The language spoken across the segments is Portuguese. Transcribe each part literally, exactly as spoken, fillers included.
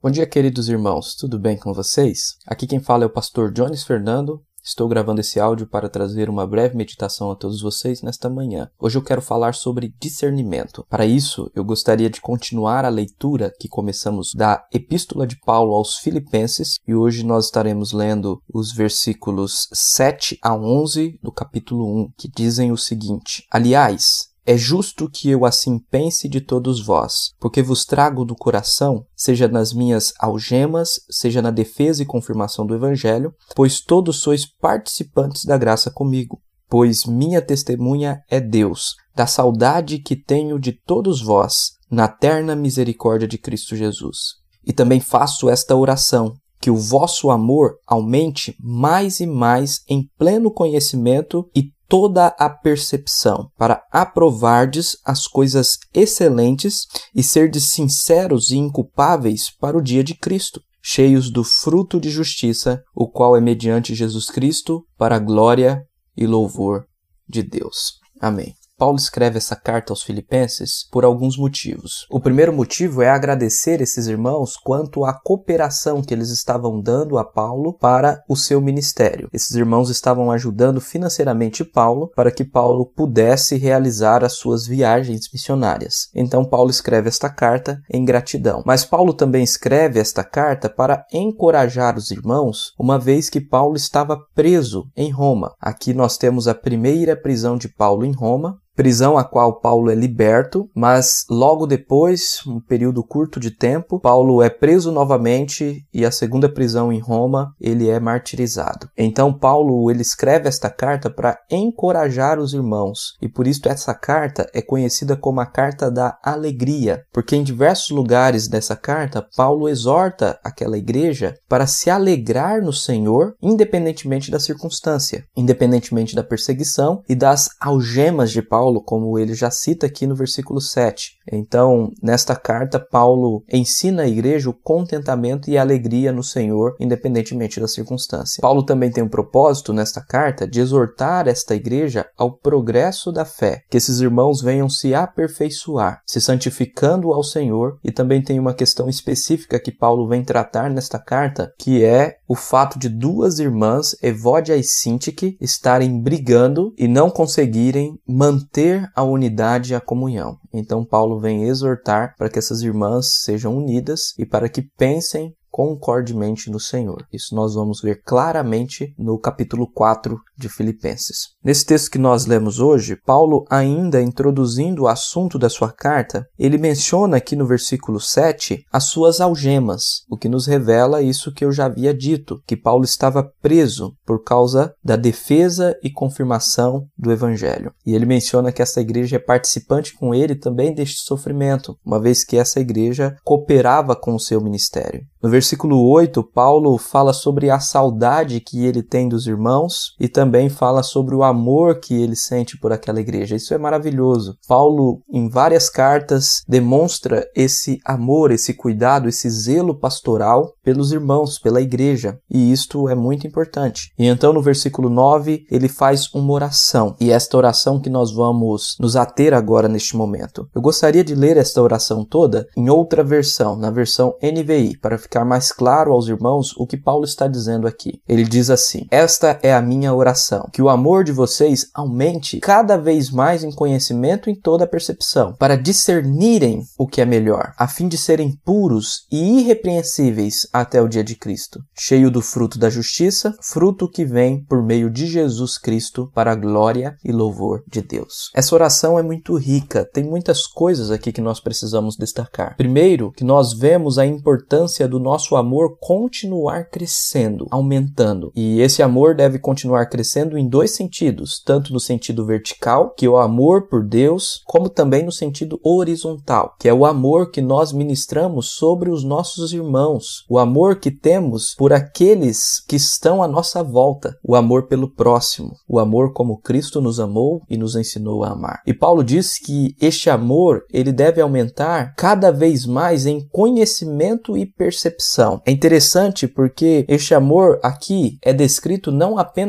Bom dia, queridos irmãos, tudo bem com vocês? Aqui quem fala é o pastor Jones Fernando. Estou gravando esse áudio para trazer uma breve meditação a todos vocês nesta manhã. Hoje eu quero falar sobre discernimento. Para isso, eu gostaria de continuar a leitura que começamos da Epístola de Paulo aos Filipenses, e hoje nós estaremos lendo os versículos sete a onze do capítulo um, que dizem o seguinte: Aliás, é justo que eu assim pense de todos vós, porque vos trago do coração, seja nas minhas algemas, seja na defesa e confirmação do Evangelho, pois todos sois participantes da graça comigo. Pois minha testemunha é Deus, da saudade que tenho de todos vós, na terna misericórdia de Cristo Jesus. E também faço esta oração, que o vosso amor aumente mais e mais em pleno conhecimento e toda a percepção, para aprovardes as coisas excelentes e serdes sinceros e inculpáveis para o dia de Cristo, cheios do fruto de justiça, o qual é mediante Jesus Cristo, para a glória e louvor de Deus. Amém. Paulo escreve essa carta aos Filipenses por alguns motivos. O primeiro motivo é agradecer esses irmãos quanto à cooperação que eles estavam dando a Paulo para o seu ministério. Esses irmãos estavam ajudando financeiramente Paulo para que Paulo pudesse realizar as suas viagens missionárias. Então Paulo escreve esta carta em gratidão. Mas Paulo também escreve esta carta para encorajar os irmãos, uma vez que Paulo estava preso em Roma. Aqui nós temos a primeira prisão de Paulo em Roma, prisão a qual Paulo é liberto, mas logo depois, um período curto de tempo, Paulo é preso novamente e a segunda prisão em Roma, ele é martirizado. Então Paulo ele escreve esta carta para encorajar os irmãos, e por isso essa carta é conhecida como a carta da alegria, porque em diversos lugares dessa carta, Paulo exorta aquela igreja para se alegrar no Senhor, independentemente da circunstância, independentemente da perseguição e das algemas de Paulo, como ele já cita aqui no versículo sete. Então, nesta carta, Paulo ensina a igreja o contentamento e a alegria no Senhor, independentemente da circunstância. Paulo também tem um propósito nesta carta de exortar esta igreja ao progresso da fé, que esses irmãos venham se aperfeiçoar, se santificando ao Senhor, e também tem uma questão específica que Paulo vem tratar nesta carta, que é o fato de duas irmãs, Evódia e Síntique, estarem brigando e não conseguirem manter a unidade e a comunhão. Então Paulo vem exortar para que essas irmãs sejam unidas e para que pensem concordemente no Senhor. Isso nós vamos ver claramente no capítulo quatro de Filipenses. Nesse texto que nós lemos hoje, Paulo, ainda introduzindo o assunto da sua carta, ele menciona aqui no versículo sete as suas algemas, o que nos revela isso que eu já havia dito, que Paulo estava preso por causa da defesa e confirmação do Evangelho. E ele menciona que essa igreja é participante com ele também deste sofrimento, uma vez que essa igreja cooperava com o seu ministério. No versículo oito, Paulo fala sobre a saudade que ele tem dos irmãos e também fala sobre o amor que ele sente por aquela igreja. Isso é maravilhoso. Paulo, em várias cartas, demonstra esse amor, esse cuidado, esse zelo pastoral pelos irmãos, pela igreja. E isto é muito importante. E então, no versículo nove, ele faz uma oração. E esta oração que nós vamos nos ater agora neste momento. Eu gostaria de ler esta oração toda em outra versão, na versão N V I, para ficar mais claro aos irmãos o que Paulo está dizendo aqui. Ele diz assim: Esta é a minha oração, que o amor de vocês aumente cada vez mais em conhecimento e em toda a percepção, para discernirem o que é melhor, a fim de serem puros e irrepreensíveis até o dia de Cristo, cheio do fruto da justiça, fruto que vem por meio de Jesus Cristo para a glória e louvor de Deus. Essa oração é muito rica, tem muitas coisas aqui que nós precisamos destacar. Primeiro, que nós vemos a importância do nosso amor continuar crescendo, aumentando. E esse amor deve continuar crescendo em dois sentidos, tanto no sentido vertical, que é o amor por Deus, como também no sentido horizontal, que é o amor que nós ministramos sobre os nossos irmãos, o amor que temos por aqueles que estão à nossa volta, o amor pelo próximo, o amor como Cristo nos amou e nos ensinou a amar. E Paulo diz que este amor, ele deve aumentar cada vez mais em conhecimento e percepção. É interessante porque este amor aqui é descrito não apenas como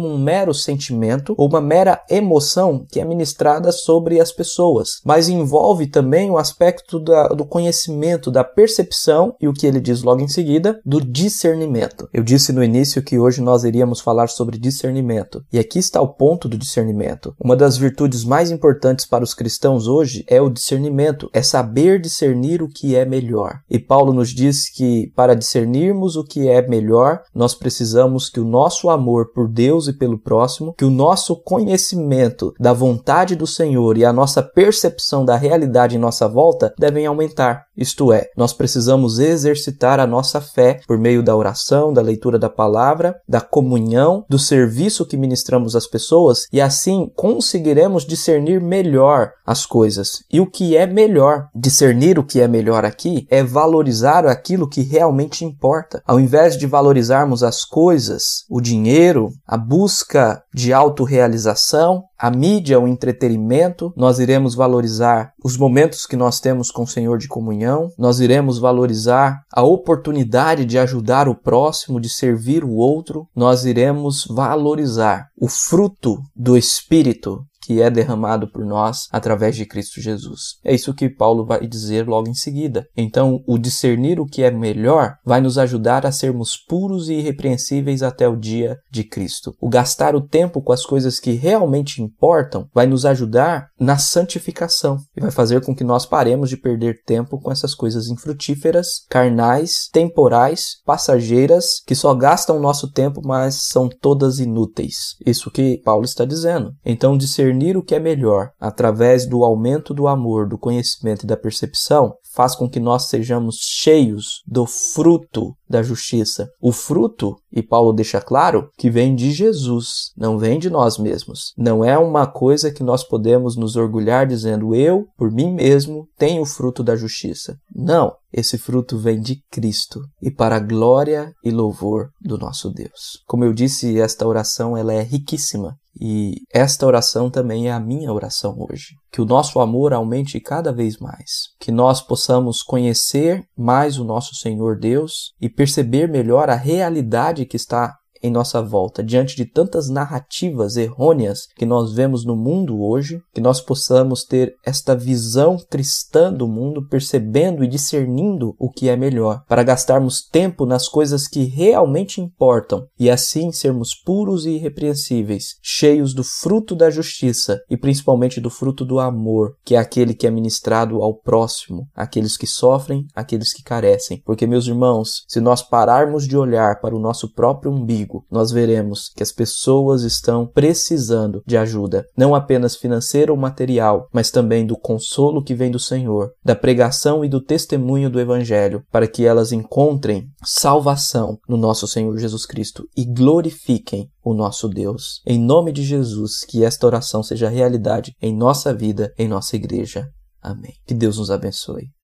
como um mero sentimento ou uma mera emoção que é ministrada sobre as pessoas, mas envolve também o aspecto da, do conhecimento, da percepção e o que ele diz logo em seguida, do discernimento. Eu disse no início que hoje nós iríamos falar sobre discernimento, e aqui está o ponto do discernimento. Uma das virtudes mais importantes para os cristãos hoje é o discernimento, é saber discernir o que é melhor. E Paulo nos diz que para discernirmos o que é melhor, nós precisamos que o nosso amor por Deus e pelo próximo, que o nosso conhecimento da vontade do Senhor e a nossa percepção da realidade em nossa volta devem aumentar. Isto é, nós precisamos exercitar a nossa fé por meio da oração, da leitura da palavra, da comunhão, do serviço que ministramos às pessoas, e assim conseguiremos discernir melhor as coisas. E o que é melhor? Discernir o que é melhor aqui é valorizar aquilo que realmente importa. Ao invés de valorizarmos as coisas, o dinheiro, a busca de autorrealização, a mídia, o entretenimento, nós iremos valorizar os momentos que nós temos com o Senhor de comunhão, nós iremos valorizar a oportunidade de ajudar o próximo, de servir o outro, nós iremos valorizar o fruto do Espírito que é derramado por nós através de Cristo Jesus. É isso que Paulo vai dizer logo em seguida. Então, o discernir o que é melhor vai nos ajudar a sermos puros e irrepreensíveis até o dia de Cristo. O gastar o tempo com as coisas que realmente importam vai nos ajudar na santificação e vai fazer com que nós paremos de perder tempo com essas coisas infrutíferas, carnais, temporais, passageiras, que só gastam o nosso tempo, mas são todas inúteis. Isso que Paulo está dizendo. Então, discernir Discernir o que é melhor, através do aumento do amor, do conhecimento e da percepção, faz com que nós sejamos cheios do fruto da justiça. O fruto, e Paulo deixa claro, que vem de Jesus, não vem de nós mesmos. Não é uma coisa que nós podemos nos orgulhar dizendo, eu, por mim mesmo, tenho o fruto da justiça. Não, esse fruto vem de Cristo e para a glória e louvor do nosso Deus. Como eu disse, esta oração ela é riquíssima. E esta oração também é a minha oração hoje. Que o nosso amor aumente cada vez mais. Que nós possamos conhecer mais o nosso Senhor Deus e perceber melhor a realidade que está em nossa volta, diante de tantas narrativas errôneas que nós vemos no mundo hoje, que nós possamos ter esta visão cristã do mundo, percebendo e discernindo o que é melhor, para gastarmos tempo nas coisas que realmente importam e assim sermos puros e irrepreensíveis, cheios do fruto da justiça e principalmente do fruto do amor, que é aquele que é ministrado ao próximo, aqueles que sofrem, aqueles que carecem. Porque, meus irmãos, se nós pararmos de olhar para o nosso próprio umbigo, nós veremos que as pessoas estão precisando de ajuda, não apenas financeira ou material, mas também do consolo que vem do Senhor, da pregação e do testemunho do Evangelho, para que elas encontrem salvação no nosso Senhor Jesus Cristo e glorifiquem o nosso Deus. Em nome de Jesus, que esta oração seja realidade em nossa vida, em nossa igreja. Amém. Que Deus nos abençoe.